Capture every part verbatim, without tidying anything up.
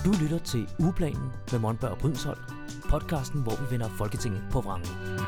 Du lytter til Ugeplanen med Monberg og Brydensholt, podcasten, hvor vi vender Folketinget på vrangen.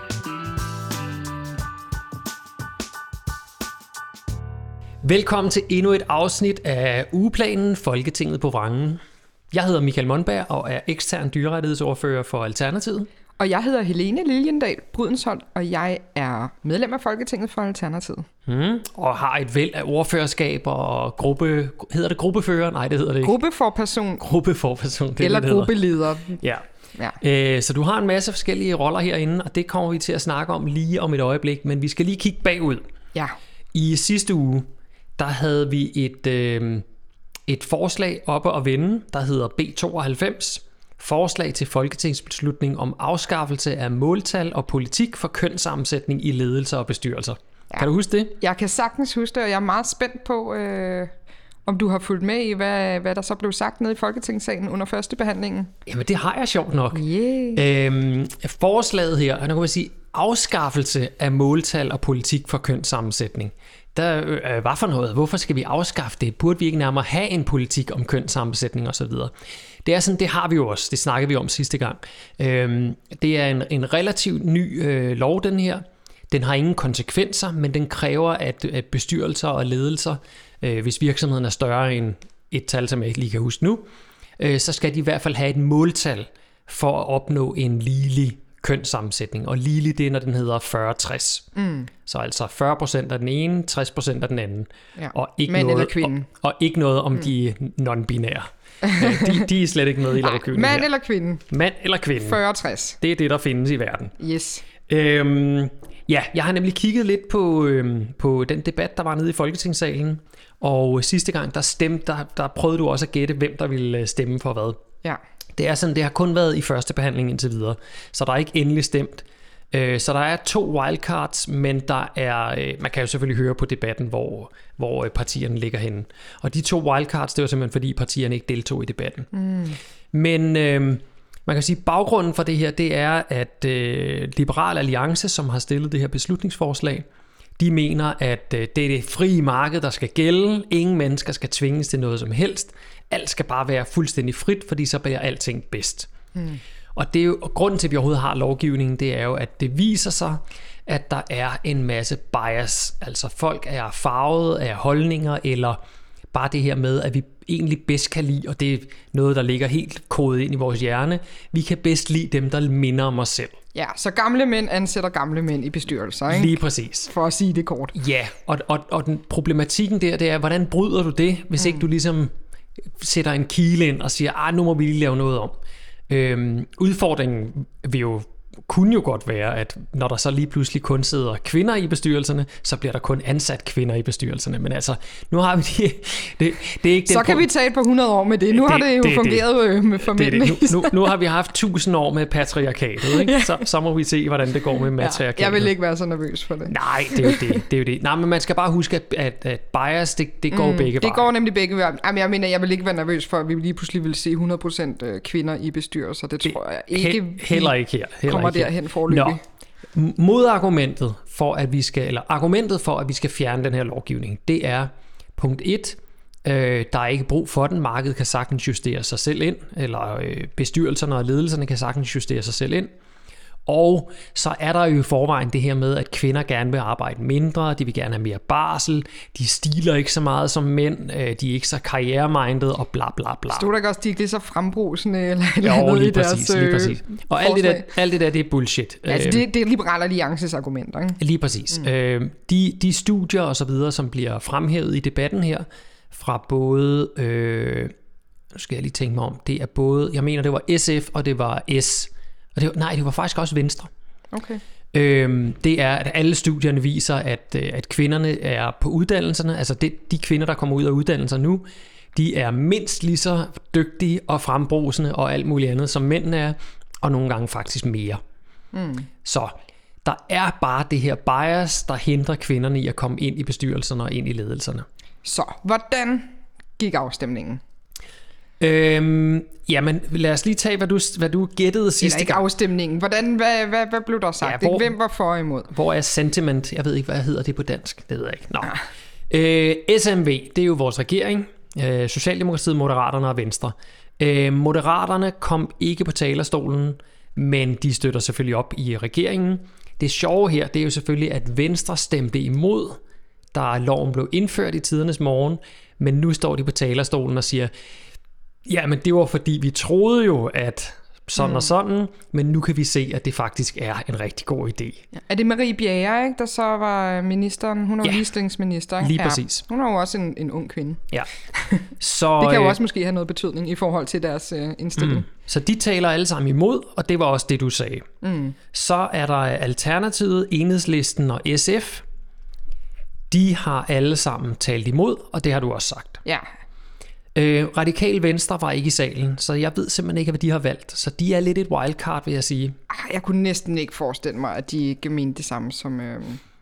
Velkommen til endnu et afsnit af Ugeplanen Folketinget på vrangen. Jeg hedder Michael Monberg og er ekstern dyrerettighedsordfører for Alternativet. Og jeg hedder Helene Liljendal Brydensholt, og jeg er medlem af Folketinget for Alternativet. Mm, og har et væld af ordførerskaber og gruppe... Hedder det gruppefører? Nej, det hedder det ikke. Gruppeforperson. Gruppeforperson, det Eller det, gruppeleder. Ja. ja. Øh, så du har en masse forskellige roller herinde, og det kommer vi til at snakke om lige om et øjeblik. Men vi skal lige kigge bagud. Ja. I sidste uge, der havde vi et, øh, et forslag oppe at vende, der hedder B tooghalvfems. Forslag til folketingsbeslutning om afskaffelse af måltal og politik for kønssammensætning i ledelser og bestyrelser. Ja. Kan du huske det? Jeg kan sagtens huske det, og jeg er meget spændt på, øh, om du har fulgt med i, hvad, hvad der så blev sagt nede i Folketingssalen under første behandlingen. Jamen det har jeg sjovt nok. Yeah. Øhm, forslaget her, og nu kan man sige afskaffelse af måltal og politik for kønssammensætning. Der, øh, hvad for noget? Hvorfor skal vi afskaffe det? Burde vi ikke nærmere have en politik om kønssammensætning osv.? Det er sådan, det har vi jo også. Det snakkede vi om sidste gang. Øhm, det er en, en relativt ny øh, lov, den her. Den har ingen konsekvenser, men den kræver, at, at bestyrelser og ledelser, øh, hvis virksomheden er større end et tal, som jeg ikke lige kan huske nu, øh, så skal de i hvert fald have et måltal for at opnå en ligelig kønssammensætning. Og ligelig, det er, når den hedder fyrre tres. Mm. Så altså fyrre procent af den ene, tres procent af den anden. Ja. Og ikke Mand noget, eller kvinde. Og, og ikke noget om mm. de non-binære. de, de er slet ikke med i lovgivningen. Mand her. eller kvinde. Mand eller kvinde. fyrre tres. Det er det, der findes i verden. Yes. Øhm, ja, jeg har nemlig kigget lidt på, øhm, på den debat, der var nede i Folketingssalen. Og sidste gang, der stemte, der, der prøvede du også at gætte, hvem der ville stemme for hvad. Ja. Det er sådan, det har kun været i første behandling indtil videre. Så der er ikke endelig stemt. Så der er to wildcards, men der er, man kan jo selvfølgelig høre på debatten, hvor, hvor partierne ligger henne. Og de to wildcards, det var simpelthen fordi partierne ikke deltog i debatten. Mm. Men øh, man kan sige, at baggrunden for det her, det er, at øh, Liberal Alliance, som har stillet det her beslutningsforslag, de mener, at øh, det er det frie marked, der skal gælde. Ingen mennesker skal tvinges til noget som helst. Alt skal bare være fuldstændig frit, fordi så bliver alting bedst. Mm. Og det er jo, og grunden til, at vi overhovedet har lovgivningen, det er jo, at det viser sig, at der er en masse bias. Altså folk er farvet af holdninger, eller bare det her med, at vi egentlig bedst kan lide, og det er noget, der ligger helt kodet ind i vores hjerne, vi kan bedst lide dem, der minder om os selv. Ja, så gamle mænd ansætter gamle mænd i bestyrelser, ikke? Lige præcis. For at sige det kort. Ja, og, og, og den problematikken der, det er, hvordan bryder du det, hvis mm. ikke du ligesom sætter en kile ind og siger, ah, nu må vi lige lave noget om. Øhm, udfordringen vil jo kunne jo godt være, at når der så lige pludselig kun sidder kvinder i bestyrelserne, så bliver der kun ansat kvinder i bestyrelserne. Men altså, nu har vi det. det, det er ikke så kan vi tage et par hundrede år med det. Nu det, har det jo det, fungeret det. med for mændene. Nu, nu, nu har vi haft tusind år med patriarkatet, ikke? Så, så må vi se, hvordan det går med matriarkatet. Ja, jeg vil ikke være så nervøs for det. Nej, det er jo det. det, er jo det. Nej, men man skal bare huske, at, at, at bias, det, det går mm, begge veje. Det går nemlig begge veje. Jamen, jeg mener, jeg vil ikke være nervøs for, at vi lige pludselig vil se hundrede procent kvinder i bestyrelser. Det tror jeg ikke, he, heller ikke her. Heller kommer ikke her. derhen forløbig. Modargumentet for, at vi skal, eller argumentet for, at vi skal fjerne den her lovgivning, det er punkt et, øh, der er ikke brug for den. Markedet kan sagtens justere sig selv ind, eller øh, bestyrelserne og ledelserne kan sagtens justere sig selv ind. Og så er der jo i forvejen det her med, at kvinder gerne vil arbejde mindre, de vil gerne have mere barsel, de stiler ikke så meget som mænd, de er ikke så karrieremindet og bla bla bla. Stod der ikke også, de ikke lige så frembrusende eller, eller jo, noget lige i præcis, deres lige præcis. Og alt det, der, alt det der, det er bullshit. Altså det, det er Liberal Alliances argumenter, ikke? Lige præcis. Mm. Øh, de, de studier og så videre, som bliver fremhævet i debatten her, fra både, øh, nu skal jeg lige tænke mig om, det er både, jeg mener det var S F og det var S. Og det var, nej, det var faktisk også Venstre. Okay. Øhm, det er, at alle studierne viser, at, at kvinderne er på uddannelserne, altså det, de kvinder, der kommer ud af uddannelser nu, de er mindst lige så dygtige og frembrusende og alt muligt andet, som mændene er, og nogle gange faktisk mere. Mm. Så der er bare det her bias, der hindrer kvinderne i at komme ind i bestyrelserne og ind i ledelserne. Så, hvordan gik afstemningen? Øhm, jamen, lad os lige tage, hvad du, hvad du gættede sidste gang. Eller ikke afstemningen. Hvordan, hvad, hvad, hvad blev der sagt? Ja, hvor, Hvem var for og imod? Hvor er sentiment? Jeg ved ikke, hvad hedder det på dansk. Det ved jeg ikke. Nå. Ja. Øh, S M V, det er jo vores regering, Øh, Socialdemokratiet, Moderaterne og Venstre. Øh, Moderaterne kom ikke på talerstolen, men de støtter selvfølgelig op i regeringen. Det sjove her, det er jo selvfølgelig, at Venstre stemte imod, da loven blev indført i tidernes morgen, men nu står de på talerstolen og siger, ja, men det var fordi, vi troede jo, at sådan mm. og sådan, men nu kan vi se, at det faktisk er en rigtig god idé. Ja. Er det Marie Bjerre, ikke, der så var ministeren? Hun er jo ja. ligestillingsminister. Lige præcis. Ja. Hun er jo også en, en ung kvinde. Ja. Så, det kan jo også måske have noget betydning i forhold til deres øh, indstilling. Mm. Så de taler alle sammen imod, og det var også det, du sagde. Mm. Så er der Alternativet, Enhedslisten og S F. De har alle sammen talt imod, og det har du også sagt. Ja. Øh, Radikal Venstre var ikke i salen, så jeg ved simpelthen ikke, hvad de har valgt. Så de er lidt et wildcard, vil jeg sige. Jeg kunne næsten ikke forestille mig, at de ikke mente det samme som... Øh,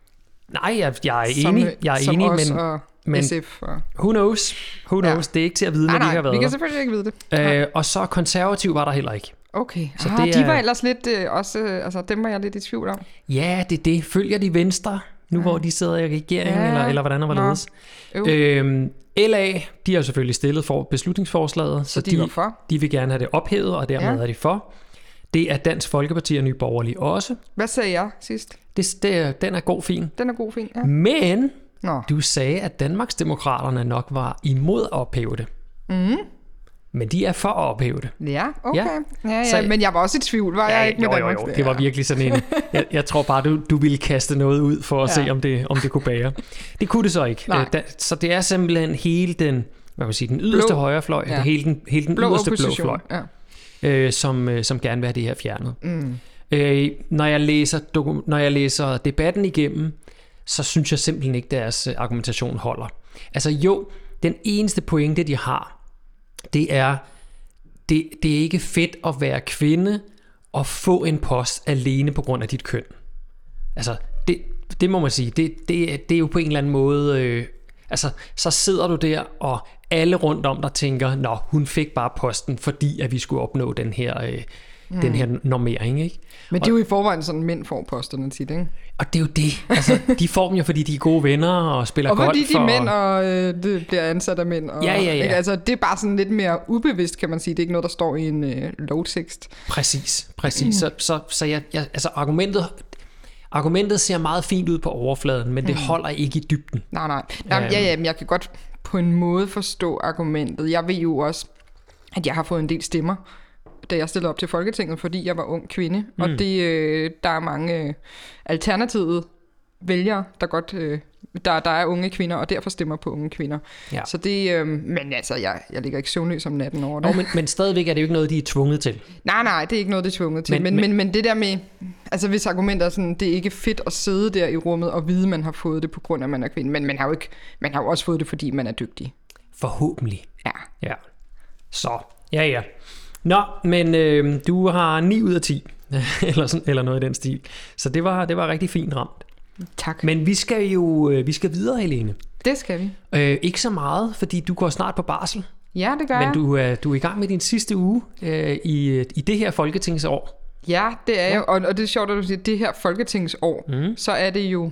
Nej, jeg, jeg er som, enig, jeg er som enig, os men, og men S F. Og... who knows? Who knows? Ja. Det er ikke til at vide, når nej, de har været vi kan der. selvfølgelig ikke vide det. Øh, og så Konservativ var der heller ikke. Okay, så ah, det de er... var ellers lidt øh, også... Øh, altså, dem var jeg lidt i tvivl om. Ja, det er det. Følger de Venstre, nu ja. hvor de sidder i regeringen, ja. eller, eller hvordan var det ledes? Øhm, L A, de har jo selvfølgelig stillet for beslutningsforslaget, så, så de, de, var for. de vil gerne have det ophævet, og dermed ja. er de for. Det er Dansk Folkeparti og Nye Borgerlige også. Hvad sagde jeg sidst? Det, det, den er god fin. Den er god fin, ja. Men Nå. du sagde, at Danmarksdemokraterne nok var imod at ophæve det. Mm. Men de er for at ophæve det. Ja, okay. Ja. Ja, ja. Så, men jeg var også i tvivl, var ja, jeg ikke med jo, Danmark? Jo, jo, det var virkelig sådan en... Jeg, jeg tror bare, du, du ville kaste noget ud for at ja. se, om det, om det kunne bære. Det kunne det så ikke. Nej. Da, så det er simpelthen hele den, hvad kan man sige, den yderste blå. højrefløj, Ja. det hele den, hele den blå yderste opposition. blå fløj, ja. øh, som, øh, som gerne vil have det her fjernet. Mm. Øh, når, jeg læser, doku, når jeg læser debatten igennem, så synes jeg simpelthen ikke, deres argumentation holder. Altså jo, den eneste pointe, de har, det er, det, det er ikke fedt at være kvinde og få en post alene på grund af dit køn. Altså, det, det må man sige, det, det, det er jo på en eller anden måde, øh, altså, så sidder du der, og alle rundt om dig tænker, nå, hun fik bare posten, fordi at vi skulle opnå den her, øh, mm. den her normering, ikke? Men det er jo i forvejen sådan, mænd får posterne tit, ikke? Og det er jo det. Altså, de får dem jo, fordi de er gode venner og spiller golf. Og fordi golf, de er mænd, og øh, det bliver ansat af mænd. Og, ja, ja, ja. Ikke? Altså, det er bare sådan lidt mere ubevidst, kan man sige. Det er ikke noget, der står i en øh, lovtekst. Præcis, præcis. Mm. Så, så, så jeg, jeg, altså argumentet, argumentet ser meget fint ud på overfladen, men det mm. holder ikke i dybden. Nej, nej. Jamen, ja, ja, men jeg kan godt på en måde forstå argumentet. Jeg ved jo også, at jeg har fået en del stemmer, da jeg stillede op til Folketinget, fordi jeg var ung kvinde. Mm. Og det, øh, der er mange øh, alternative vælgere, der godt øh, der, der er unge kvinder, og derfor stemmer på unge kvinder. Ja. Så det, øh, men altså, jeg, jeg ligger ikke søvnløs om natten over det. Oh, men, men stadigvæk er det jo ikke noget, de er tvunget til. Nej, nej, det er ikke noget, de er tvunget til. Men, men, men, men det der med, altså hvis argumenter er sådan, det er ikke fedt at sidde der i rummet og vide, at man har fået det på grund af, at man er kvinde. Men man har jo, ikke, man har jo også fået det, fordi man er dygtig. Forhåbentlig. Ja. Ja. Så, ja, ja. Nå, men øh, du har ni ud af ti, eller, sådan, eller noget i den stil. Så det var, det var rigtig fint ramt. Tak. Men vi skal jo vi skal videre, Helene. Det skal vi. Øh, ikke så meget, fordi du går snart på barsel. Ja, det gør Men jeg. du, øh, du er i gang med din sidste uge øh, i, i det her folketingsår. Ja, det er jo, og, og det er sjovt, at du siger, det her folketingsår, mm. så er det jo...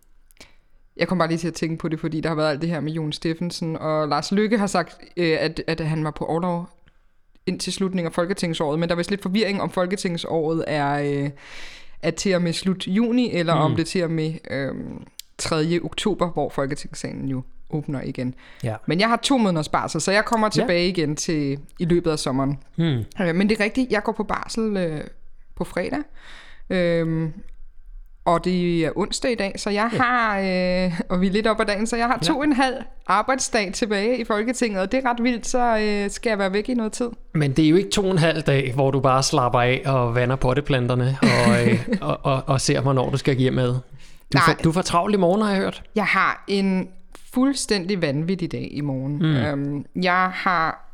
Jeg kom bare lige til at tænke på det, fordi der har været alt det her med Jon Steffensen, og Lars Løkke har sagt, øh, at, at han var på orlov indtil slutningen af folketingsåret, men der er vist lidt forvirring, om folketingsåret er, øh, er til og med slut juni, eller mm. om det er til og med øh, tredje oktober, hvor folketingssalen jo åbner igen. Ja. Men jeg har to måneders barsel, så jeg kommer tilbage ja. igen til i løbet af sommeren. Mm. Øh, men det er rigtigt, jeg går på barsel øh, på fredag, øh, og det er onsdag i dag, så jeg har, øh, og vi er lidt op ad dagen, så jeg har to ja. og en halv arbejdsdag tilbage i Folketinget, og det er ret vildt, så øh, skal jeg være væk i noget tid. Men det er jo ikke to og en halv dag, hvor du bare slapper af og vander potteplanterne, og, øh, og, og, og ser, hvornår du skal give med. Du, får, du får travlt i morgen, har jeg hørt. Jeg har en fuldstændig vanvittig dag i morgen. Mm. Øhm, jeg har,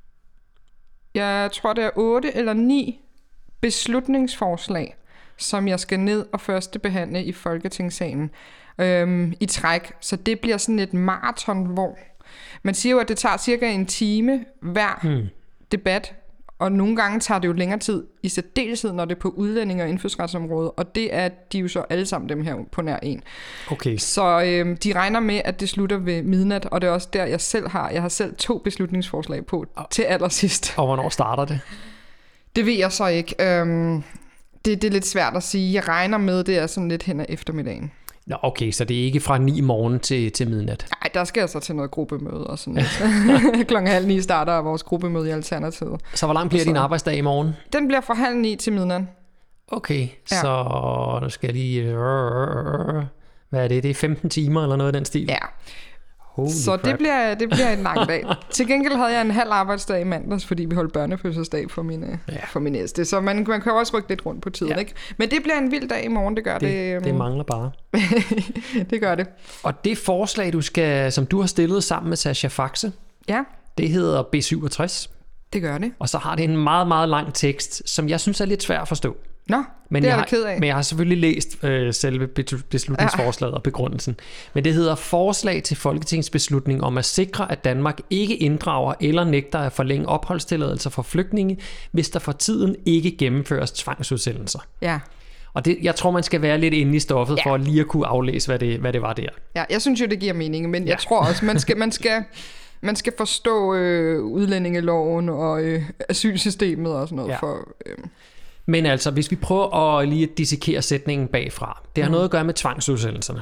jeg tror det er otte eller ni beslutningsforslag, som jeg skal ned og første behandle i Folketingssalen øhm, i træk. Så det bliver sådan et maraton, hvor man siger jo, at det tager cirka en time hver hmm. debat, Og nogle gange tager det jo længere tid, i særdeleshed, når det er på udlændinge- og indfødsretsområdet, og det er de jo så alle sammen dem her på nær en. Okay. Så øh, de regner med, at det slutter ved midnat, og det er også der, jeg selv har. Jeg har selv to beslutningsforslag på oh. til allersidst. Og hvornår starter det? Det ved jeg så ikke. Øhm, det, det er lidt svært at sige. Jeg regner med, det er sådan lidt hen ad eftermiddagen. Nå, okay, så det er ikke fra ni morgen til, til midnat? Nej, der skal jeg så til noget gruppemøde og sådan noget. Klokken halv ni starter vores gruppemøde i Alternativet. Så hvor lang bliver så din arbejdsdag i morgen? Den bliver fra halv ni til midnat. Okay, ja. Så nu skal jeg lige... Hvad er det? Det er femten timer eller noget af den stil? Ja. Holy så crap. det bliver, det bliver en lang dag. Til gengæld havde jeg en halv arbejdsdag i mandags, fordi vi holdt børnefødselsdag for min, ja. for min ældste. Så man, man kan også rykke lidt rundt på tiden. Ja. Ikke? Men det bliver en vild dag i morgen, det gør det. Det, det mangler bare. Det gør det. Og det forslag, du skal, som du har stillet sammen med Sascha Faxe, ja. det hedder B syvogtres. Det gør det. Og så har det en meget, meget lang tekst, som jeg synes er lidt svær at forstå. Nå, men det er jeg jeg har, ked af. Men jeg har selvfølgelig læst øh, selve beslutningsforslaget ja. og begrundelsen. Men det hedder forslag til folketingsbeslutning om at sikre, at Danmark ikke inddrager eller nægter at forlænge opholdstilladelser for flygtninge, hvis der for tiden ikke gennemføres tvangsudsendelser. Ja. Og det, jeg tror, man skal være lidt inde i stoffet ja. for lige at kunne aflæse, hvad det, hvad det var der. Ja, jeg synes jo, det giver mening, men ja. jeg tror også, man skal... Man skal Man skal forstå øh, udlændingeloven og øh, asylsystemet og sådan noget. Ja. For, øh. Men altså, hvis vi prøver at lige dissekere sætningen bagfra. Det har mm. noget at gøre med tvangsudsendelserne.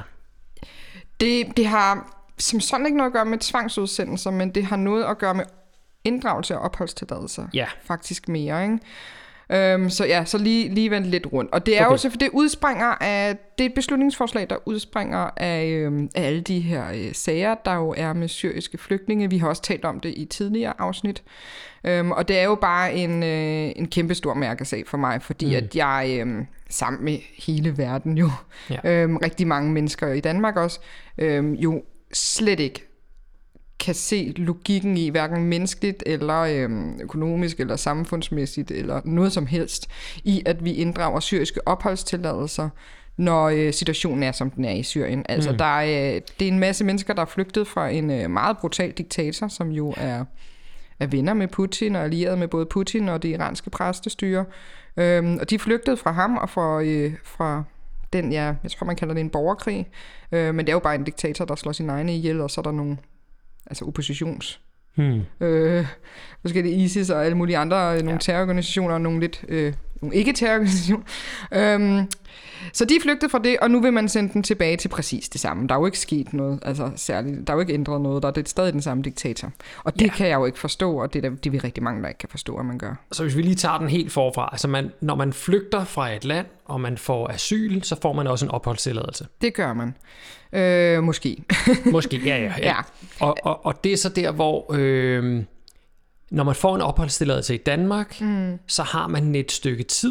Det, det har som sådan ikke noget at gøre med tvangsudsendelser, men det har noget at gøre med inddragelse af opholdstilladelser. Ja. Faktisk mere, ikke? Øhm, så ja, så lige, lige vent lidt rundt. Og det er okay. jo så, for det udspringer af, det er et beslutningsforslag, der udspringer af, øhm, af alle de her øh, sager, der jo er med syriske flygtninge. Vi har også talt om det i tidligere afsnit. Øhm, og det er jo bare en, øh, en kæmpestor mærkesag for mig, fordi mm. at jeg øh, sammen med hele verden jo, ja. øh, rigtig mange mennesker i Danmark også, øh, jo slet ikke kan se logikken i, hverken menneskeligt eller øhm, økonomisk eller samfundsmæssigt eller noget som helst, i at vi inddrager syriske opholdstilladelser, når øh, situationen er, som den er i Syrien. Altså, mm. der er, øh, det er en masse mennesker, der er flygtet fra en øh, meget brutal diktator, som jo er, er venner med Putin og allieret med både Putin og det iranske præstestyre. Øhm, og de flygtede fra ham og fra, øh, fra den, ja, jeg tror, man kalder det en borgerkrig. Øh, men det er jo bare en diktator, der slår sine egne ihjel, og så er der nogle altså oppositions. Hmm. Øh, måske det ISIS og alle mulige andre, nogle ja. terrororganisationer og nogle lidt øh, nogle ikke-terrororganisationer. Øhm, så de er flygtet fra det, og nu vil man sende den tilbage til præcis det samme. Der er jo ikke sket noget, altså særligt, der er jo ikke ændret noget, der er det stadig den samme diktator. Og det ja. kan jeg jo ikke forstå, og det er det er vi rigtig mange, der ikke kan forstå, at man gør. Så hvis vi lige tager den helt forfra, altså man, når man flygter fra et land, og man får asyl, så får man også en opholdstilladelse. Det gør man. Øh, måske. Måske, ja, ja. ja. ja. Og, og, og det er så der, hvor øh, når man får en opholdstilladelse i Danmark, mm. så har man et stykke tid.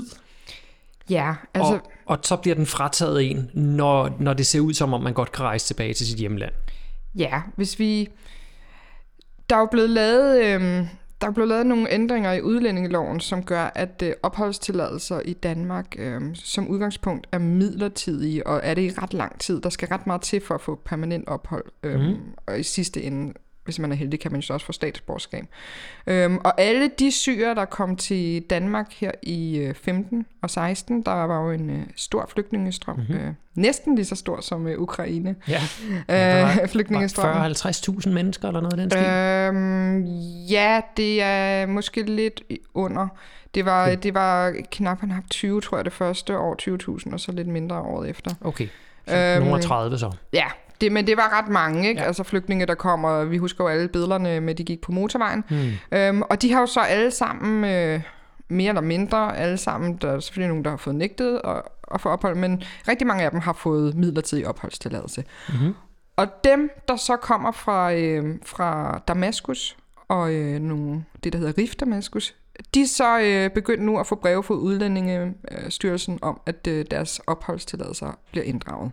Ja, altså... Og, og så bliver den frataget en, når, når det ser ud som om, man godt kan rejse tilbage til sit hjemland. Ja, hvis vi... Der er jo blevet lavet... Øh... Der er blevet lavet nogle ændringer i udlændingeloven, som gør, at øh, opholdstilladelser i Danmark øh, som udgangspunkt er midlertidige, og er det i ret lang tid. Der skal ret meget til for at få permanent ophold, øh, mm. og i sidste ende, hvis man er heldig, kan man jo også få statsborgerskab. Øh, og alle de syrere, der kom til Danmark her i øh, femten og seksten, der var jo en øh, stor flygtningestrøm, mm-hmm. øh, næsten lige så stor som øh, Ukraine. Ja, ja øh, flygtningestrøm. fyrre til halvtreds tusind mennesker eller noget af den stil? Øh, ja, det er måske lidt under. Det var, okay. det var knap knap tyve, tror jeg, det første år, tyve tusind, og så lidt mindre året efter. Okay, så øhm, nogle af tredive så. Ja, det, men det var ret mange, ikke? Ja. Altså flygtninge, der kommer, vi husker jo alle billederne med, de gik på motorvejen. Hmm. Øhm, og de har jo så alle sammen, øh, mere eller mindre, alle sammen, der er selvfølgelig nogen, der har fået nægtet at, at få ophold, men rigtig mange af dem har fået midlertidig opholdstilladelse. Mm-hmm. Og dem, der så kommer fra, øh, fra Damaskus, og øh, nogle, det, der hedder Rif Damaskus, de er så øh, begyndt nu at få breve fra Udlændingestyrelsen om, at øh, deres opholdstilladelser bliver inddraget.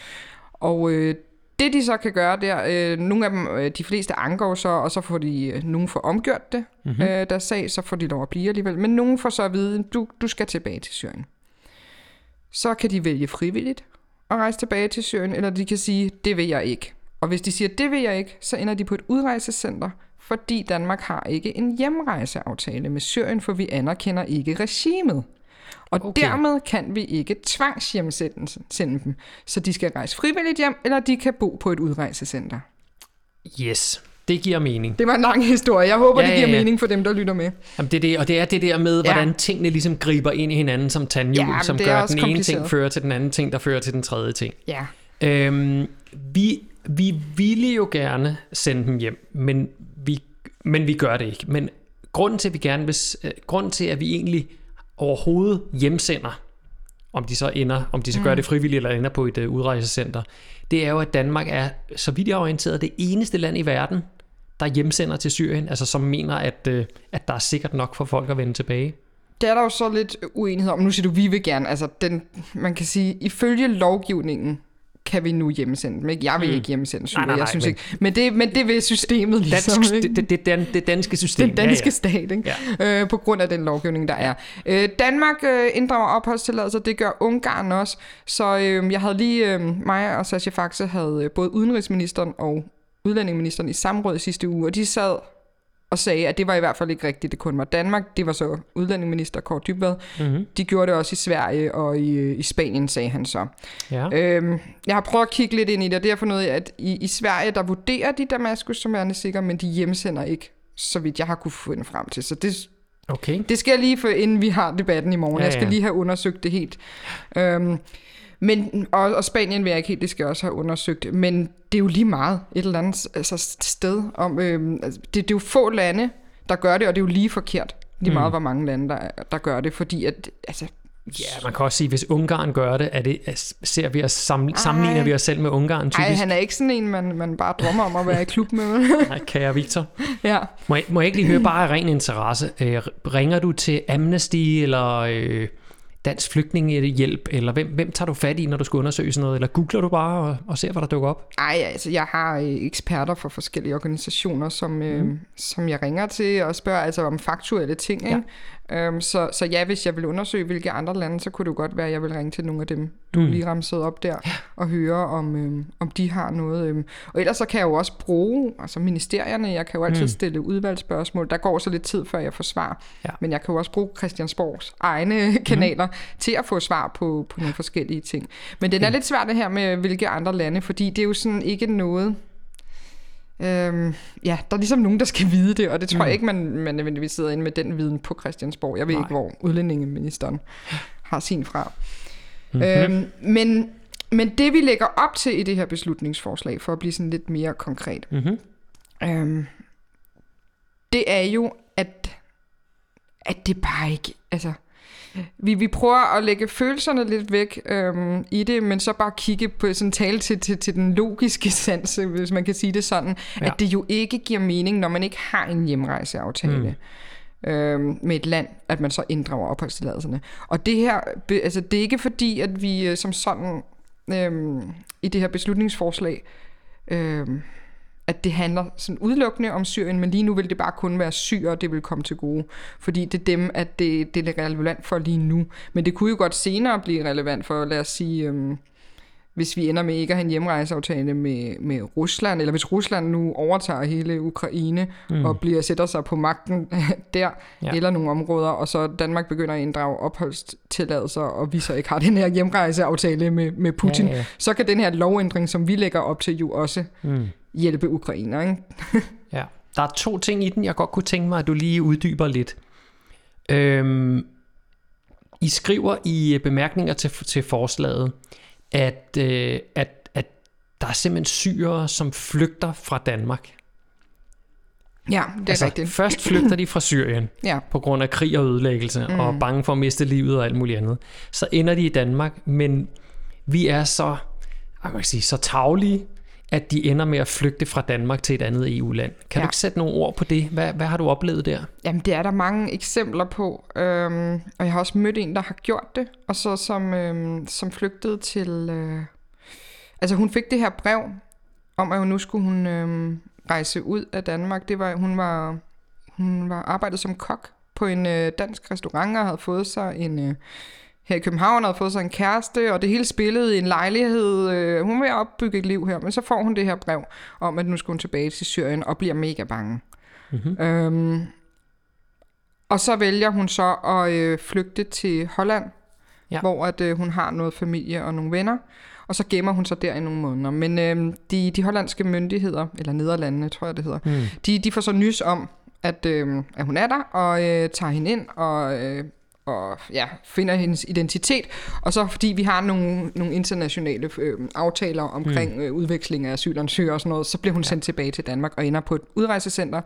Og øh, det de så kan gøre der, øh, nogle af dem, øh, de fleste anker så, og så får de, øh, nogen får omgjort det, mm-hmm. øh, deres sag, så får de lov at blive alligevel. Men nogen får så at vide, du, du skal tilbage til Syrien. Så kan de vælge frivilligt at rejse tilbage til Syrien, eller de kan sige, det vil jeg ikke. Og hvis de siger, det vil jeg ikke, så ender de på et udrejsecenter fordi Danmark har ikke en hjemrejseaftale med Syrien, for vi anerkender ikke regimet. Og okay. dermed kan vi ikke tvangshjemsende dem, så de skal rejse frivilligt hjem, eller de kan bo på et udrejsecenter. Yes, det giver mening. Det var en lang historie. Jeg håber, ja, det giver ja, ja. mening for dem, der lytter med. Jamen, det er det, og det er det der med, hvordan ja. tingene ligesom griber ind i hinanden som tandhjul, ja, som gør, at den ene ting fører til den anden ting, der fører til den tredje ting. Ja. Øhm, vi, vi ville jo gerne sende dem hjem, men vi, men vi gør det ikke. Men grunden til, at vi gerne vil, grunden til, at vi egentlig overhovedet hjemsender, om de så ender, om de så gør det frivilligt eller ender på et uh, udrejsecenter, det er jo, at Danmark er, så vidt jeg er orienteret, det eneste land i verden, der hjemsender til Syrien, altså som mener, at, uh, at der er sikkert nok for folk at vende tilbage. Det er der jo så lidt uenighed om. Nu siger du, vi vil gerne. Altså, den, man kan sige, ifølge lovgivningen, kan vi nu hjemsende dem, ikke? Jeg vil mm. ikke hjemsende Syrien, nej, nej, nej, jeg synes men, ikke. Men det, men det vil systemet ligesom, dansk, ikke? Det, det, det, det danske system. Den danske ja, ja. stat, ikke? Ja. Øh, på grund af den lovgivning, der er. Øh, Danmark øh, inddrager opholdstilladelser, det gør Ungarn også. Så øh, jeg havde lige, øh, mig og Sascha Faxe havde øh, både udenrigsministeren og udlændingeministeren i samråd i sidste uge, og de sad og sagde, at det var i hvert fald ikke rigtigt, det kun var Danmark. Det var så udlændingeminister Kaare Dybvad. Mm-hmm. De gjorde det også i Sverige og i, i Spanien, sagde han så. Ja. Øhm, jeg har prøvet at kigge lidt ind i det, og det har fundet ud af, at i, i Sverige, der vurderer de Damaskus som værende sikker, men de hjemsender ikke, så vidt jeg har kunne finde frem til. Så det, okay. det skal jeg lige, for, inden vi har debatten i morgen. Ja, ja. Jeg skal lige have undersøgt det helt. Øhm, Men, og, og Spanien vil jeg ikke helt, det skal jeg også have undersøgt, men det er jo lige meget et eller andet altså, sted. Om, øh, altså, det, det er jo få lande, der gør det, og det er jo lige forkert. Lige meget, mm. hvor mange lande, der, der gør det, fordi at... Altså, ja, man kan også sige, hvis Ungarn gør det, er det ser vi os sammenligner sammenligner vi os selv med Ungarn typisk. Nej, han er ikke sådan en, man, man bare drømmer om at være i klub med. Nej, kære Victor. Ja. Må jeg, må jeg ikke lige høre bare af ren interesse? Øh, ringer du til Amnesty eller... Øh, Dansk Flygtningehjælp, eller hvem, hvem tager du fat i, når du skal undersøge sådan noget, eller googler du bare og, og ser, hvad der dukker op? Ej, altså jeg har øh, eksperter fra forskellige organisationer, som, øh, mm. som jeg ringer til og spørger altså om faktuelle ting. Ja. Øhm, så, så ja, hvis jeg vil undersøge, hvilke andre lande, så kunne det jo godt være, at jeg vil ringe til nogle af dem, du mm. lige ramsede op der, ja. og høre, om, øh, om de har noget. Øh. Og ellers så kan jeg jo også bruge altså ministerierne, jeg kan jo altid mm. stille udvalgsspørgsmål. Der går så lidt tid, før jeg får svar. Ja. Men jeg kan jo også bruge Christiansborgs egne kanaler mm. til at få svar på, på nogle forskellige ting. Men det er okay. lidt svært det her med, hvilke andre lande, fordi det er jo sådan ikke noget... Øhm, ja, der er ligesom nogen, der skal vide det, og det tror mm. jeg ikke, man, man nødvendigvis sidder inde med den viden på Christiansborg. Jeg ved Nej. ikke, hvor udlændingeministeren har sin fra. Mm-hmm. Øhm, men, men det, vi lægger op til i det her beslutningsforslag, for at blive sådan lidt mere konkret, mm-hmm. øhm, det er jo, at, at det bare ikke... Altså, Vi, vi prøver at lægge følelserne lidt væk øhm, i det, men så bare kigge på sådan tale til, til, til den logiske sans, hvis man kan sige det sådan, ja. at det jo ikke giver mening, når man ikke har en hjemrejseaftale mm. øhm, med et land, at man så inddrager opholdstilladelserne. Og det her, altså det er ikke fordi, at vi som sådan øhm, i det her beslutningsforslag øhm, at det handler sådan udelukkende om Syrien, men lige nu vil det bare kun være syrere, det vil komme til gode, fordi det er dem, at det, det er relevant for lige nu. Men det kunne jo godt senere blive relevant for, lad os sige, øhm, hvis vi ender med ikke at have en hjemrejseaftale med, med Rusland, eller hvis Rusland nu overtager hele Ukraine mm. og bliver sætter sig på magten der, ja. eller nogle områder, og så Danmark begynder at inddrage opholdstilladelser, og vi så ikke har den her hjemrejseaftale med, med Putin, ja, ja. så kan den her lovændring, som vi lægger op til, jo også mm. hjælpe Ukrainer, ikke? Ja, der er to ting i den, jeg godt kunne tænke mig, at du lige uddyber lidt. Øhm, I skriver i bemærkninger til, til forslaget, at, øh, at, at der er simpelthen syrere, som flygter fra Danmark. Ja, det er altså, rigtigt. Først flygter de fra Syrien ja. på grund af krig og ødelæggelse, mm. og bange for at miste livet og alt muligt andet. Så ender de i Danmark, men vi er så, man kan sige, så tarvelige, at de ender med at flygte fra Danmark til et andet E U-land. Kan ja. du ikke sætte nogle ord på det? Hvad, hvad har du oplevet der? Jamen, det er der mange eksempler på, øhm, og jeg har også mødt en, der har gjort det, og så som, øhm, som flygtede til... Øh, altså, hun fik det her brev om, at nu skulle hun øhm, rejse ud af Danmark. Det var, hun var, hun var arbejdet som kok på en øh, dansk restaurant og havde fået sig en... Øh, her i København havde fået sig en kæreste, og det hele spillede i en lejlighed. Øh, hun vil opbygge et liv her, men så får hun det her brev om, at nu skal hun tilbage til Syrien og bliver mega bange. Mm-hmm. Øhm, og så vælger hun så at øh, flygte til Holland, ja. hvor at, øh, hun har noget familie og nogle venner. Og så gemmer hun sig der i nogle måneder. Men øh, de, de hollandske myndigheder, eller Nederlandene, tror jeg det hedder, mm. de, de får så nys om, at, øh, at hun er der, og øh, tager hende ind, og, øh, og ja, finder hendes identitet. Og så fordi vi har nogle, nogle internationale øh, aftaler omkring mm. øh, udveksling af asylansøgere og sådan noget, så bliver hun ja. sendt tilbage til Danmark og ender på et udrejsecenter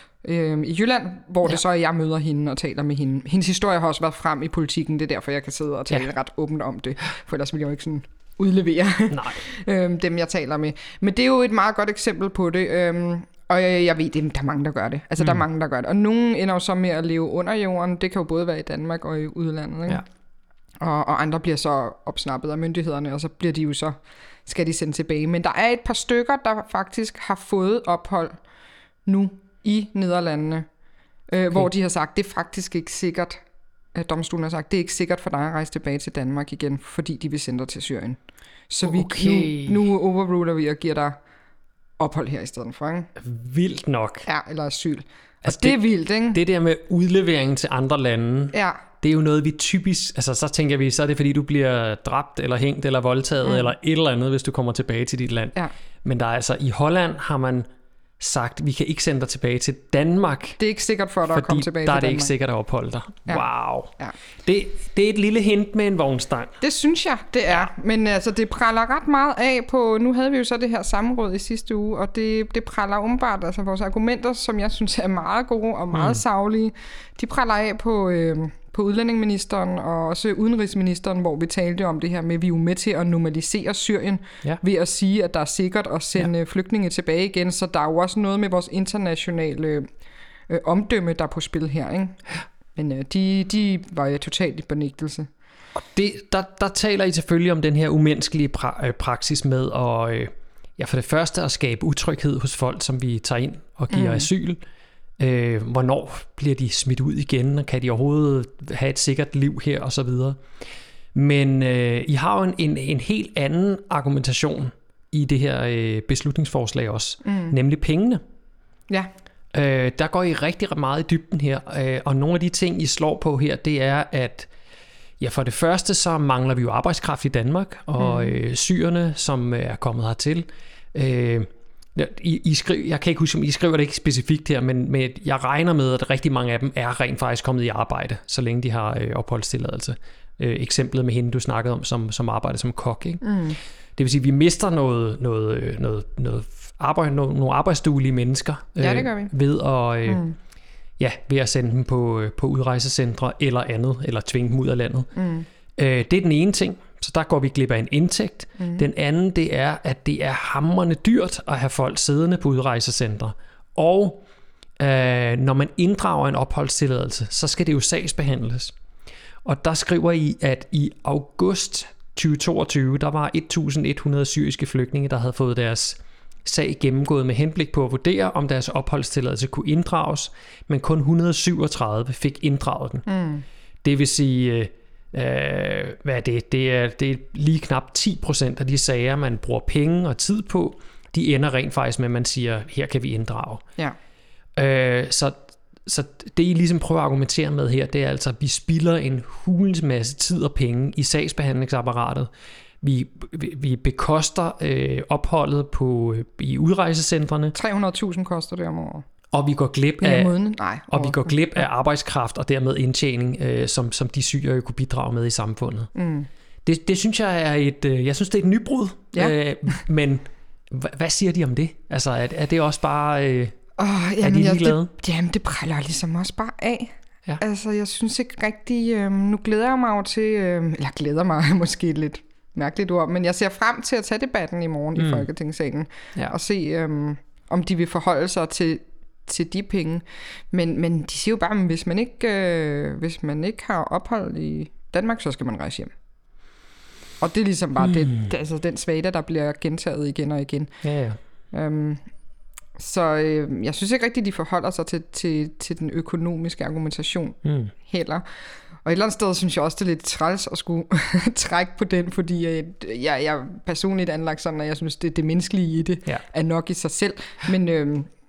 øh, i Jylland, hvor ja. det så er, jeg møder hende og taler med hende. Hendes historie har også været frem i politikken, det er derfor, jeg kan sidde og tale ja. ret åbent om det, for ellers ville jeg jo ikke sådan udlevere øhm, dem, jeg taler med. Men det er jo et meget godt eksempel på det, øhm, og jeg, jeg ved, det, der er mange, der gør det. Altså, mm. der er mange, der gør det. Og nogen ender jo så med at leve under jorden. Det kan jo både være i Danmark og i udlandet. Ikke? Ja. Og, og andre bliver så opsnappet af myndighederne, og så bliver de jo så, skal de sendt tilbage. Men der er et par stykker, der faktisk har fået ophold nu i Nederlandene, øh, okay. hvor de har sagt, det er faktisk ikke sikkert, at domstolen har sagt, det er ikke sikkert for dig at rejse tilbage til Danmark igen, fordi de vil sende dig til Syrien. Så vi, okay. nu, nu overruler vi og giver dig ophold her i stedet for. Ikke? Vildt nok. Ja, eller asyl. Altså det, det er vildt, ikke? Det der med udlevering til andre lande, ja. det er jo noget, vi typisk... Altså så tænker vi, så er det fordi, du bliver dræbt, eller hængt, eller voldtaget, mm. eller et eller andet, hvis du kommer tilbage til dit land. Ja. Men der er altså, i Holland har man sagt, vi kan ikke sende dig tilbage til Danmark. Det er ikke sikkert for dig at komme tilbage til Danmark. Der er det ikke sikkert at opholde dig. Ja. Wow. Ja. Det, det er et lille hint med en vognstang. Det synes jeg, det er. Men altså, det praller ret meget af på... Nu havde vi jo så det her samråd i sidste uge, og det, det praller umiddelbart. Altså vores argumenter, som jeg synes er meget gode og meget mm. saglige, de praller af på... Øh, på udlændingeministeren og også udenrigsministeren, hvor vi talte om det her med, at vi er jo med til at normalisere Syrien ja. ved at sige, at der er sikkert at sende ja. flygtninge tilbage igen, så der er jo også noget med vores internationale øh, omdømme, der er på spil her. Ikke? Men øh, de, de var jo totalt i benægtelse. Og det, der, der taler I selvfølgelig om den her umenneskelige pra- øh, praksis med at, øh, ja, for det første at skabe utryghed hos folk, som vi tager ind og giver mm. asyl. Øh, hvornår bliver de smidt ud igen, og kan de overhovedet have et sikkert liv her, og så videre. Men øh, I har jo en, en, en helt anden argumentation i det her øh, beslutningsforslag også, mm. nemlig pengene. Ja. Øh, der går I rigtig meget i dybden her, øh, og nogle af de ting, I slår på her, det er, at ja, for det første, så mangler vi jo arbejdskraft i Danmark, og mm. øh, syrerne, som er kommet hertil, øh, I, I skriver, jeg kan ikke huske, om I skriver det ikke specifikt her, men, men jeg regner med, at rigtig mange af dem er rent faktisk kommet i arbejde, så længe de har øh, opholdstilladelse. Øh, eksemplet med hende, du snakkede om, som, som arbejder som kok. Ikke? Mm. Det vil sige, at vi mister noget, noget, noget, noget arbejde, noget, nogle arbejdsduelige mennesker øh, ja, det gør vi. ved at øh, mm. ja, ved at sende dem på, på udrejsecentre eller andet, eller tvinge dem ud af landet. Mm. Øh, det er den ene ting. Så der går vi glip af en indtægt. Mm. Den anden, det er, at det er hamrende dyrt at have folk siddende på udrejsecentre. Og øh, når man inddrager en opholdstilladelse, så skal det jo sagsbehandles. Og der skriver I, at i august tyve toogtyve, der var et tusind et hundrede syriske flygtninge, der havde fået deres sag gennemgået med henblik på at vurdere, om deres opholdstilladelse kunne inddrages, men kun et hundrede syvogtredive fik inddraget den. Mm. Det vil sige... Øh, Uh, hvad er det? Det er, det er lige knap ti procent af de sager, man bruger penge og tid på, de ender rent faktisk med, at man siger, her kan vi inddrage. Ja. Uh, så, så det, I ligesom prøver at argumentere med her, det er altså, at vi spilder en hulens masse tid og penge i sagsbehandlingsapparatet. Vi, vi, vi bekoster uh, opholdet på, i udrejsecentrene. tre hundrede tusind koster det om året. Og vi går glip af, Nej, og vi går glip af arbejdskraft og dermed indtjening, øh, som, som de syrere kunne bidrage med i samfundet. Mm. Det, det synes jeg er et, øh, jeg synes det er et nybrud. Ja. Øh, men h- hvad siger de om det? Altså er, er det også bare, øh, oh, jamen, er de ligeglade? Det, jamen det præller ligesom også bare af. Ja. Altså jeg synes ikke rigtig, øh, nu glæder jeg mig jo til, øh, eller glæder mig måske et lidt mærkeligt ord, men jeg ser frem til at tage debatten i morgen mm. i Folketingssalen ja. og se, øh, om de vil forholde sig til til de penge, men, men de siger jo bare, at hvis man ikke øh, hvis man ikke har ophold i Danmark, så skal man rejse hjem. Og det er ligesom bare mm. det, det, altså den svada, der bliver gentaget igen og igen. Ja, ja. Øhm, så øh, jeg synes ikke rigtigt, de forholder sig til, til, til den økonomiske argumentation mm. heller. Og et eller andet sted synes jeg også, det er lidt træls at skulle trække på den, fordi jeg, jeg, jeg personligt anlagt sådan, at jeg synes, det, det menneskelige i det ja. er nok i sig selv. Men øh,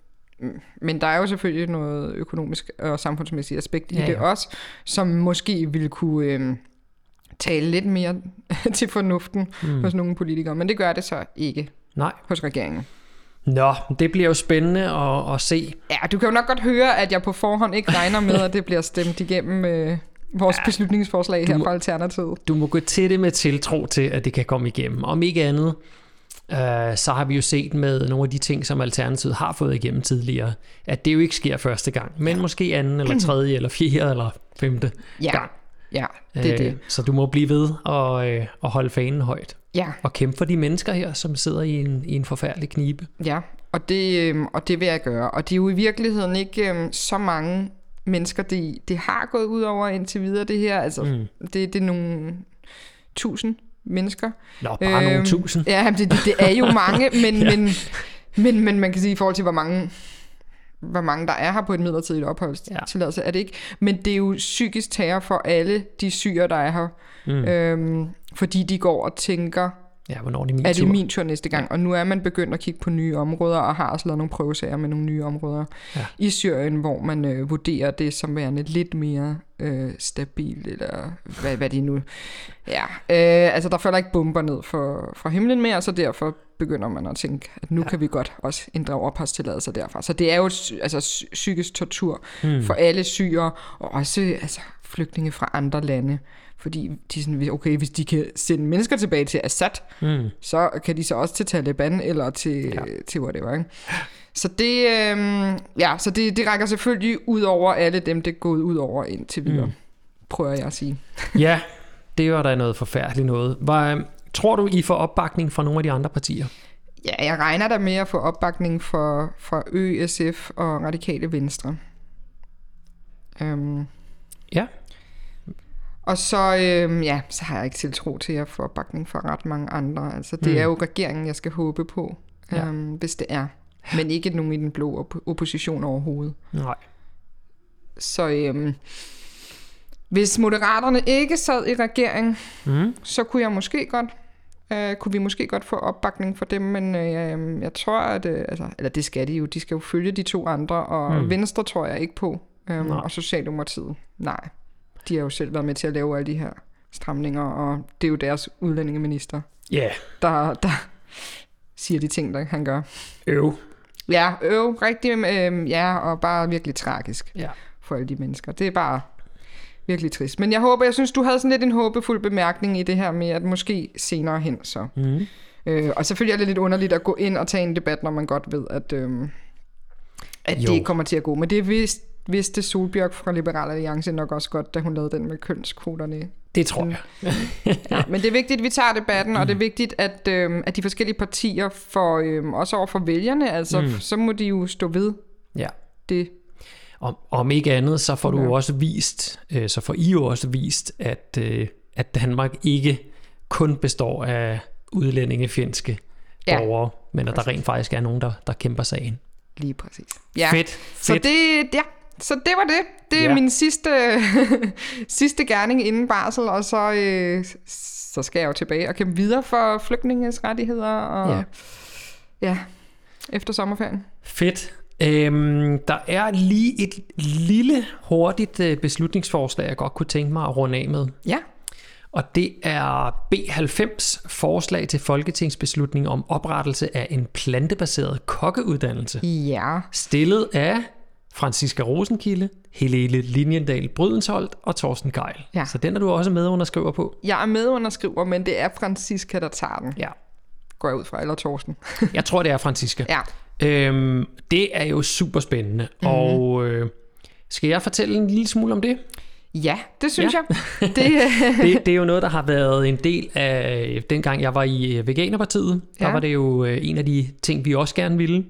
men der er jo selvfølgelig noget økonomisk og samfundsmæssigt aspekt i ja, ja. det også, som måske ville kunne øh, tale lidt mere til fornuften mm. hos nogle politikere, men det gør det så ikke Nej. hos regeringen. Nå, det bliver jo spændende at, at se. Ja, du kan jo nok godt høre, at jeg på forhånd ikke regner med, at det bliver stemt igennem øh, vores ja, beslutningsforslag her må, fra Alternativet. Du må gå til det med tiltro til, at det kan komme igennem. Om ikke andet, øh, så har vi jo set med nogle af de ting, som Alternativet har fået igennem tidligere, at det jo ikke sker første gang, men ja. måske anden, eller tredje, eller fjerde, eller femte ja. gang. Ja, det er øh, det. Så du må blive ved og, øh, og holde fanen højt. Ja. Og kæmpe for de mennesker her, som sidder i en, i en forfærdelig knibe. Ja, og det, øh, og det vil jeg gøre. Og det er jo i virkeligheden ikke øh, så mange mennesker, det, det har gået ud over indtil videre, det her. Altså, mm. det, det er nogle tusind mennesker. Nå, bare øh, nogle tusind. Ja, det, det, det er jo mange, men, ja. men, men, men man kan sige, i forhold til, hvor mange... hvor mange der er her på et midlertidigt opholdstilladelse, ja. er det ikke. Men det er jo psykisk terror for alle de syrere, der er her. Mm. Øhm, fordi de går og tænker, ja, hvornår er det min er tur? det min tur næste gang? Ja. Og nu er man begyndt at kigge på nye områder, og har også lavet nogle prøvesager med nogle nye områder ja. i Syrien, hvor man øh, vurderer det som værende lidt mere øh, stabilt, eller hvad, hvad det er nu. Ja, øh, altså der falder ikke bomber ned for, fra himlen mere, så derfor begynder man at tænke, at nu ja. kan vi godt også inddrage opholdstilladelser derfra. Så det er jo altså, psykisk tortur hmm. for alle syrere, og også altså, flygtninge fra andre lande. Fordi de er sådan, okay, hvis de kan sende mennesker tilbage til Assad, hmm. så kan de så også til Taliban, eller til, ja. til whatever, ikke? Så det, øh, ja, så det, det rækker selvfølgelig ud over alle dem, det er gået ud over indtil videre, hmm. prøver jeg at sige. Ja, det var da noget forfærdeligt noget. Var, tror du, I får opbakning fra nogle af de andre partier? Ja, jeg regner da med at få opbakning fra, fra Ø, S F og Radikale Venstre. Um, ja. Og så, øhm, ja, så har jeg ikke tiltro til at få opbakning fra ret mange andre. Altså, det mm. er jo regeringen, jeg skal håbe på, ja. øhm, hvis det er. Men ikke nogen i den blå op- opposition overhovedet. Nej. Så øhm, hvis Moderaterne ikke sad i regering, mm. så kunne jeg måske godt, øh, kunne vi måske godt få opbakning for dem, men øh, jeg tror, at, øh, altså, eller det skal de jo, de skal jo følge de to andre, og mm. Venstre tror jeg ikke på, øhm, og Socialdemokratiet, nej. De har jo selv været med til at lave alle de her stramninger, og det er jo deres udlændingeminister, yeah. der, der siger de ting, der han gør. Øv. Ja, øv, rigtig, øh, ja, og bare virkelig tragisk ja. for alle de mennesker. Det er bare virkelig trist. Men jeg håber, jeg synes, du havde sådan lidt en håbefuld bemærkning i det her med, at måske senere hen så. Mm. Øh, og selvfølgelig er det lidt underligt at gå ind og tage en debat, når man godt ved, at, øh, at det ikke kommer til at gå. Men det er vist vidste Solbjørg fra Liberal Alliance nok også godt, da hun lavede den med kønskvoterne. Det tror jeg. Ja, men det er vigtigt, at vi tager debatten, og det er vigtigt, at, øhm, at de forskellige partier får, øhm, også over for vælgerne, altså mm. så må de jo stå ved ja. det. Om, om ikke andet, så får du ja. også vist, øh, så får I jo også vist, at, øh, at Danmark ikke kun består af udlændingefjendske ja. borgere, men at præcis. der rent faktisk er nogen, der, der kæmper sagen. Lige præcis. Ja. Fedt, fedt. Så det, ja. Så det var det. Det er ja. min sidste, sidste gerning inden barsel, og så, øh, så skal jeg jo tilbage og kæmpe videre for flygtninges rettigheder, og ja, ja efter sommerferien. Fedt. Øhm, der er lige et lille, hurtigt øh, beslutningsforslag, jeg godt kunne tænke mig at runde af med. Ja. Og det er B halvfems, forslag til folketingsbeslutning om oprettelse af en plantebaseret kokkeuddannelse. Ja. Stillet af Franciska Rosenkilde, Helene Linjendal Brydensholt og Torsten Gejl. Ja. Så den er du også medunderskriver på. Jeg er medunderskriver, men det er Franciska, der tager den. Ja. Går jeg ud fra, eller Torsten? Jeg tror, det er Franciska. Ja. Øhm, det er jo super spændende. Mm-hmm. Og øh, skal jeg fortælle en lille smule om det? Ja, det synes ja. jeg. Det... det, det er jo noget, der har været en del af, dengang jeg var i Veganerpartiet. Der ja. var det jo en af de ting, vi også gerne ville.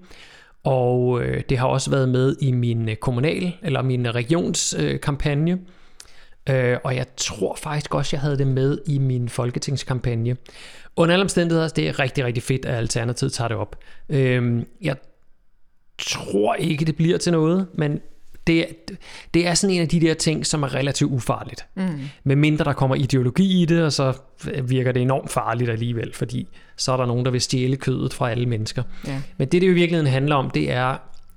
Og øh, det har også været med i min kommunal, eller min regionskampagne. Øh, og jeg tror faktisk også, jeg havde det med i min folketingskampagne. Under alle omstændigheder, det er rigtig, rigtig fedt, at Alternativet tager det op. Øh, jeg tror ikke, det bliver til noget, men det, det er sådan en af de der ting, som er relativt ufarligt. Mm. Med mindre der kommer ideologi i det, og så virker det enormt farligt alligevel, fordi så er der nogen, der vil stjæle kødet fra alle mennesker. Ja. Men det, det jo i virkeligheden handler om, det er,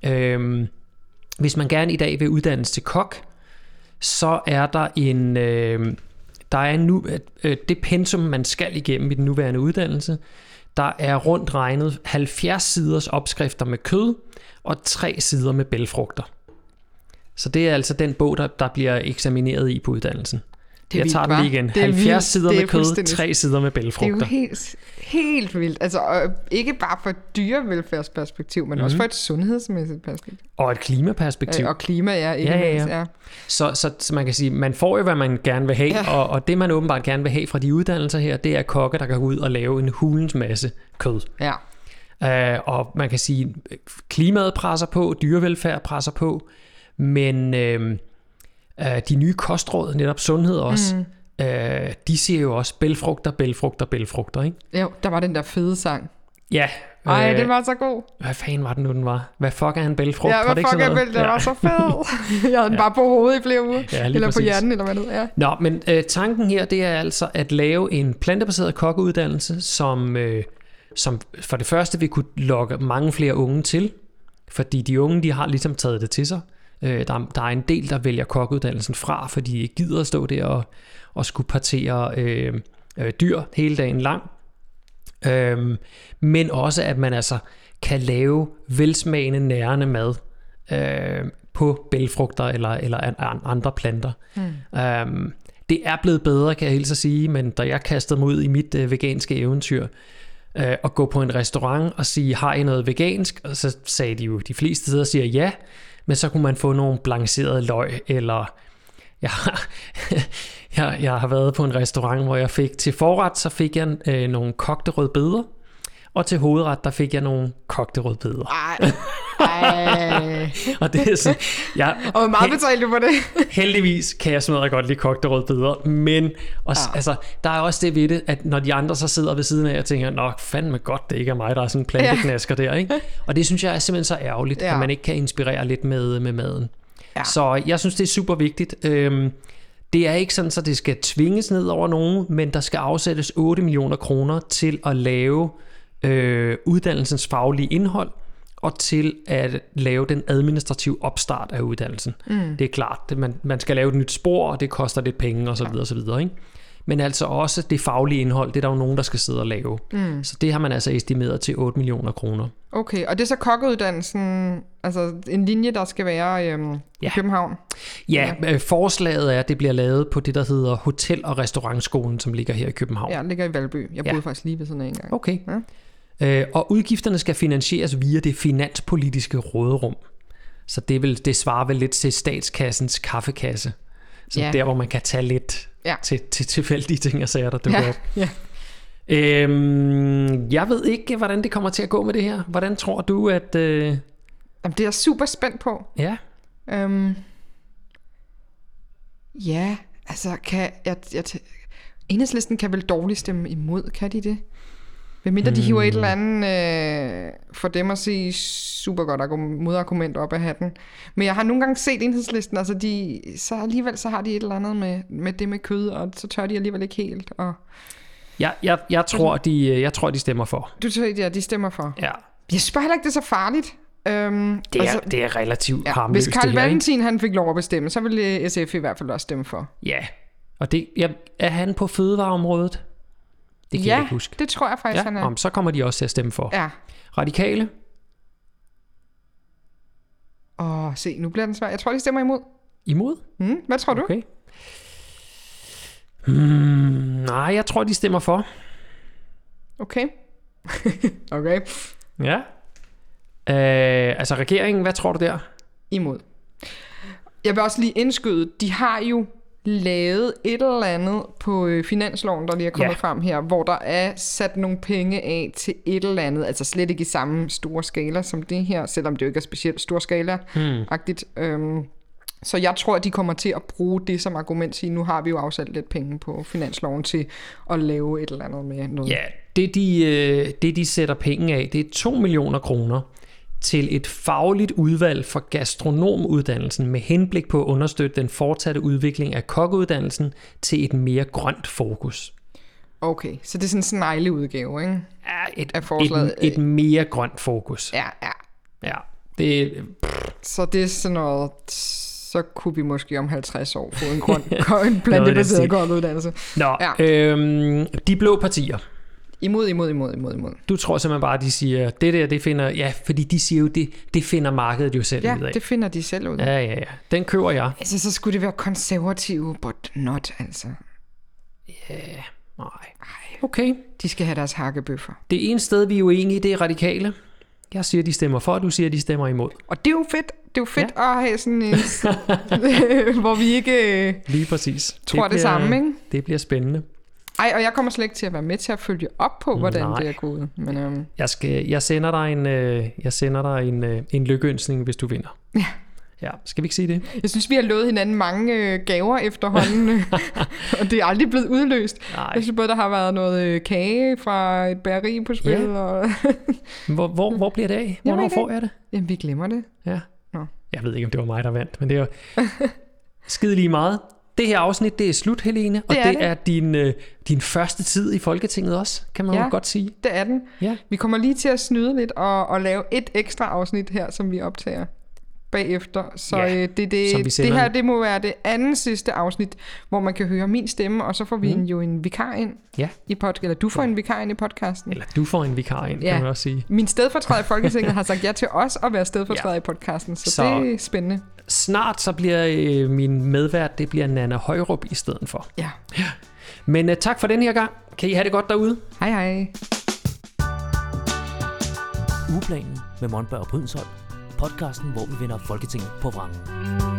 Øhm, hvis man gerne i dag vil uddannes til kok, så er der en... Øh, der er nu, øh, det pensum, man skal igennem i den nuværende uddannelse, der er rundt regnet halvfjerds siders opskrifter med kød og tre sider med bælgfrugter. Så det er altså den bog, der, der bliver eksamineret i på uddannelsen. Det er jeg vildt, tager den lige igen. halvfjerds vildt. sider med kød, tre sider med bælgfrugter. Det er jo helt, helt vildt. Altså, og ikke bare fra et dyrevelfærdsperspektiv, men mm-hmm. også fra et sundhedsmæssigt perspektiv. Og et klimaperspektiv. Øh, og klima, ja, ikke ja, ja, ja. mindst, ja. Så, så, så man kan sige, man får jo, hvad man gerne vil have, ja. og, og det man åbenbart gerne vil have fra de uddannelser her, det er kokke, der kan gå ud og lave en hulens masse kød. Ja. Uh, og man kan sige, klimaet presser på, dyrevelfærd presser på, men uh, uh, de nye kostråd, netop sundhed også, mm. uh, de siger jo også bælgfrugter, bælgfrugter, bælgfrugter, ikke? Jo, der var den der fede sang. Ja. Ej, øh, det var så god. Hvad fanden var den nu, den var? Hvad fuck er en bælgfrugt? Ja, hvad fuck er en bælg? Den var så fed. Jeg havde den ja. bare på hovedet i flere uger. Ja, eller præcis. på hjernen, eller hvad det er. Ja. Nå, men øh, tanken her, det er altså at lave en plantebaseret kokkeuddannelse, som, øh, som for det første vil kunne lokke mange flere unge til, fordi de unge, de har ligesom taget det til sig. Øh, der, der er en del, der vælger kokkeuddannelsen fra, fordi de ikke gider at stå der og, og skulle partere øh, øh, dyr hele dagen lang. Øhm, men også at man altså kan lave velsmagende nærende mad øh, på bælgfrugter eller, eller andre planter. Mm. øhm, Det er blevet bedre, kan jeg hilse at sige, men da jeg kastede mig ud i mit øh, veganske eventyr øh, og gå på en restaurant og sige, har I noget vegansk? Og så sagde de jo, de fleste steder siger ja, men så kunne man få nogle blancherede løg, eller jeg har, jeg, jeg har været på en restaurant, hvor jeg fik til forret, så fik jeg øh, nogle kogte rødbeder, og til hovedret, der fik jeg nogle kogte rødbeder. Ej, ej. Og det er sådan, jeg, og hvor meget betalte du for det? Heldigvis kan jeg smadre godt lide kogte rødbeder, men også, ja. altså, der er også det ved det, at når de andre så sidder ved siden af, og tænker, nå, fandme godt, det ikke er mig, der er sådan en planteknasker ja. Der, ikke? Og det synes jeg er simpelthen så ærgerligt, ja. At man ikke kan inspirere lidt med, med maden. Ja. Så jeg synes, det er super vigtigt. Øhm, det er ikke sådan, så det skal tvinges ned over nogen, men der skal afsættes otte millioner kroner til at lave øh, uddannelsens faglige indhold, og til at lave den administrative opstart af uddannelsen. Mm. Det er klart, det, man, man skal lave et nyt spor, og det koster lidt penge, og så videre, og så videre, ikke? Men altså også det faglige indhold, det er der jo nogen, der skal sidde og lave. Mm. Så det har man altså estimeret til otte millioner kroner. Okay, og det er så kokkeuddannelsen, altså en linje, der skal være øhm, ja. I København? Ja, ja. Forslaget er, at det bliver lavet på det, der hedder Hotel- og Restaurantskolen, som ligger her i København. Ja, det ligger i Valby. Jeg boede ja. faktisk lige ved sådan en gang. Okay. Ja. Øh, og udgifterne skal finansieres via det finanspolitiske råderum. Så det, vil, det svarer vel lidt til statskassens kaffekasse. Så ja. Der, hvor man kan tage lidt ja. til, til tilfældige ting og sager, der dukker ja. op. Ja. Øhm, jeg ved ikke, hvordan det kommer til at gå med det her. Hvordan tror du, at... Øh... Jamen, det er jeg super spændt på. Ja. Øhm, ja, altså, kan jeg, jeg t- Enhedslisten kan vel dårligt stemme imod, kan de det? Hvem mindre de hiver et eller andet øh, for dem at sige super godt modargument op af hatten. Men jeg har nogle gange set Enhedslisten, altså de, så alligevel så har de et eller andet med, med det med kød, og så tør de alligevel ikke helt. Og ja, jeg, jeg, tror, de, jeg tror, de stemmer for. Du tror, ja, de stemmer for? Ja. Jeg synes bare heller ikke, det er så farligt. Øhm, det, er, altså, det er relativt ja, harmløst. Hvis Carl Valentin han fik lov at bestemme, så ville S F i hvert fald også stemme for. Ja, og det, ja, er han på fødevareområdet? Det kan ja, jeg ikke huske. Det tror jeg faktisk, ja, han er. Om, så kommer de også til at stemme for. Ja. Radikale? Åh, se, nu bliver den svær. Jeg tror, de stemmer imod. Imod? Mm, hvad tror du? Okay. Hmm, nej, jeg tror, de stemmer for. Okay. okay. Ja. Øh, altså regeringen, hvad tror du der? Imod. Jeg vil også lige indskyde, de har jo lavet et eller andet på finansloven, der lige er kommet ja. frem her, hvor der er sat nogle penge af til et eller andet, altså slet ikke i samme store skala som det her, selvom det jo ikke er specielt stor skala-agtigt. Hmm. Øhm, så jeg tror, at de kommer til at bruge det som argument, sige, nu har vi jo afsat lidt penge på finansloven til at lave et eller andet med noget. Ja, det de, det de sætter penge af, det er to millioner kroner til et fagligt udvalg for gastronomuddannelsen med henblik på at understøtte den fortsatte udvikling af kokkeuddannelsen til et mere grønt fokus. Okay, så det er sådan en snegleudgave, ikke? Ja, et, af forslaget. Et, et mere grønt fokus. Ja, ja. Ja. Det, Så det er sådan noget, så kunne vi måske om halvtreds år få en grøn, en plantebaseret grøn uddannelse. Nå, ja. øhm, de blå partier. Imod, imod, imod, imod, imod. Du tror simpelthen bare, de siger, det der, det finder, ja, fordi de siger jo, det, det finder markedet jo selv ja, ud af. Ja, det finder de selv ud af. Ja, ja, ja. Den køber jeg. Altså, så skulle det være konservative, but not, altså. Ja, nej. Okay. De skal have deres hakkebøffer. Det ene sted, vi er uenige, det er radikale. Jeg siger, de stemmer for, du siger, de stemmer imod. Og det er jo fedt. Det er jo fedt ja. at have sådan en, hvor vi ikke lige præcis. tror det, det, bliver, det samme, ikke? Det bliver spændende. Ej, og jeg kommer slet ikke til at være med til at følge op på, hvordan Nej. det er gået. Men, øhm. jeg, skal, jeg sender dig en, øh, jeg sender dig en, øh, en lykkeønsning, hvis du vinder. Ja. Ja, skal vi ikke sige det? Jeg synes, vi har lovet hinanden mange øh, gaver efterhånden, og det er aldrig blevet udløst. Nej. Jeg synes både, der har været noget øh, kage fra et bageri på spil. Ja. Og hvor, hvor, hvor bliver det af? Hvornår får jeg det? Jamen, vi glemmer det. Ja. Nå. Jeg ved ikke, om det var mig, der vandt, men det er jo skide lige meget. Det her afsnit, det er slut, Helene, og det er, det det. er din, øh, din første tid i Folketinget også, kan man ja, jo godt sige. det er den. Ja. Vi kommer lige til at snyde lidt og, og lave et ekstra afsnit her, som vi optager bagefter. Så ja, øh, det, det, det her det må være det anden sidste afsnit, hvor man kan høre min stemme, og så får vi mm. en, jo en vikar ind ja. i podcasten. Eller du får ja. en vikar ind i podcasten. Eller du får en vikar ind, ja. kan man også sige. Min stedfortræder i Folketinget har sagt ja til os at være stedfortræder ja. i podcasten, så, så det er spændende. Snart så bliver øh, min medvært, det bliver Nanna Højrup i stedet for. Ja. ja. Men øh, tak for den her gang. Kan I have det godt derude? Hej hej. Ugeplanen med Monberg og Brydensholt. Podcasten, hvor vi vender Folketinget på vrangen.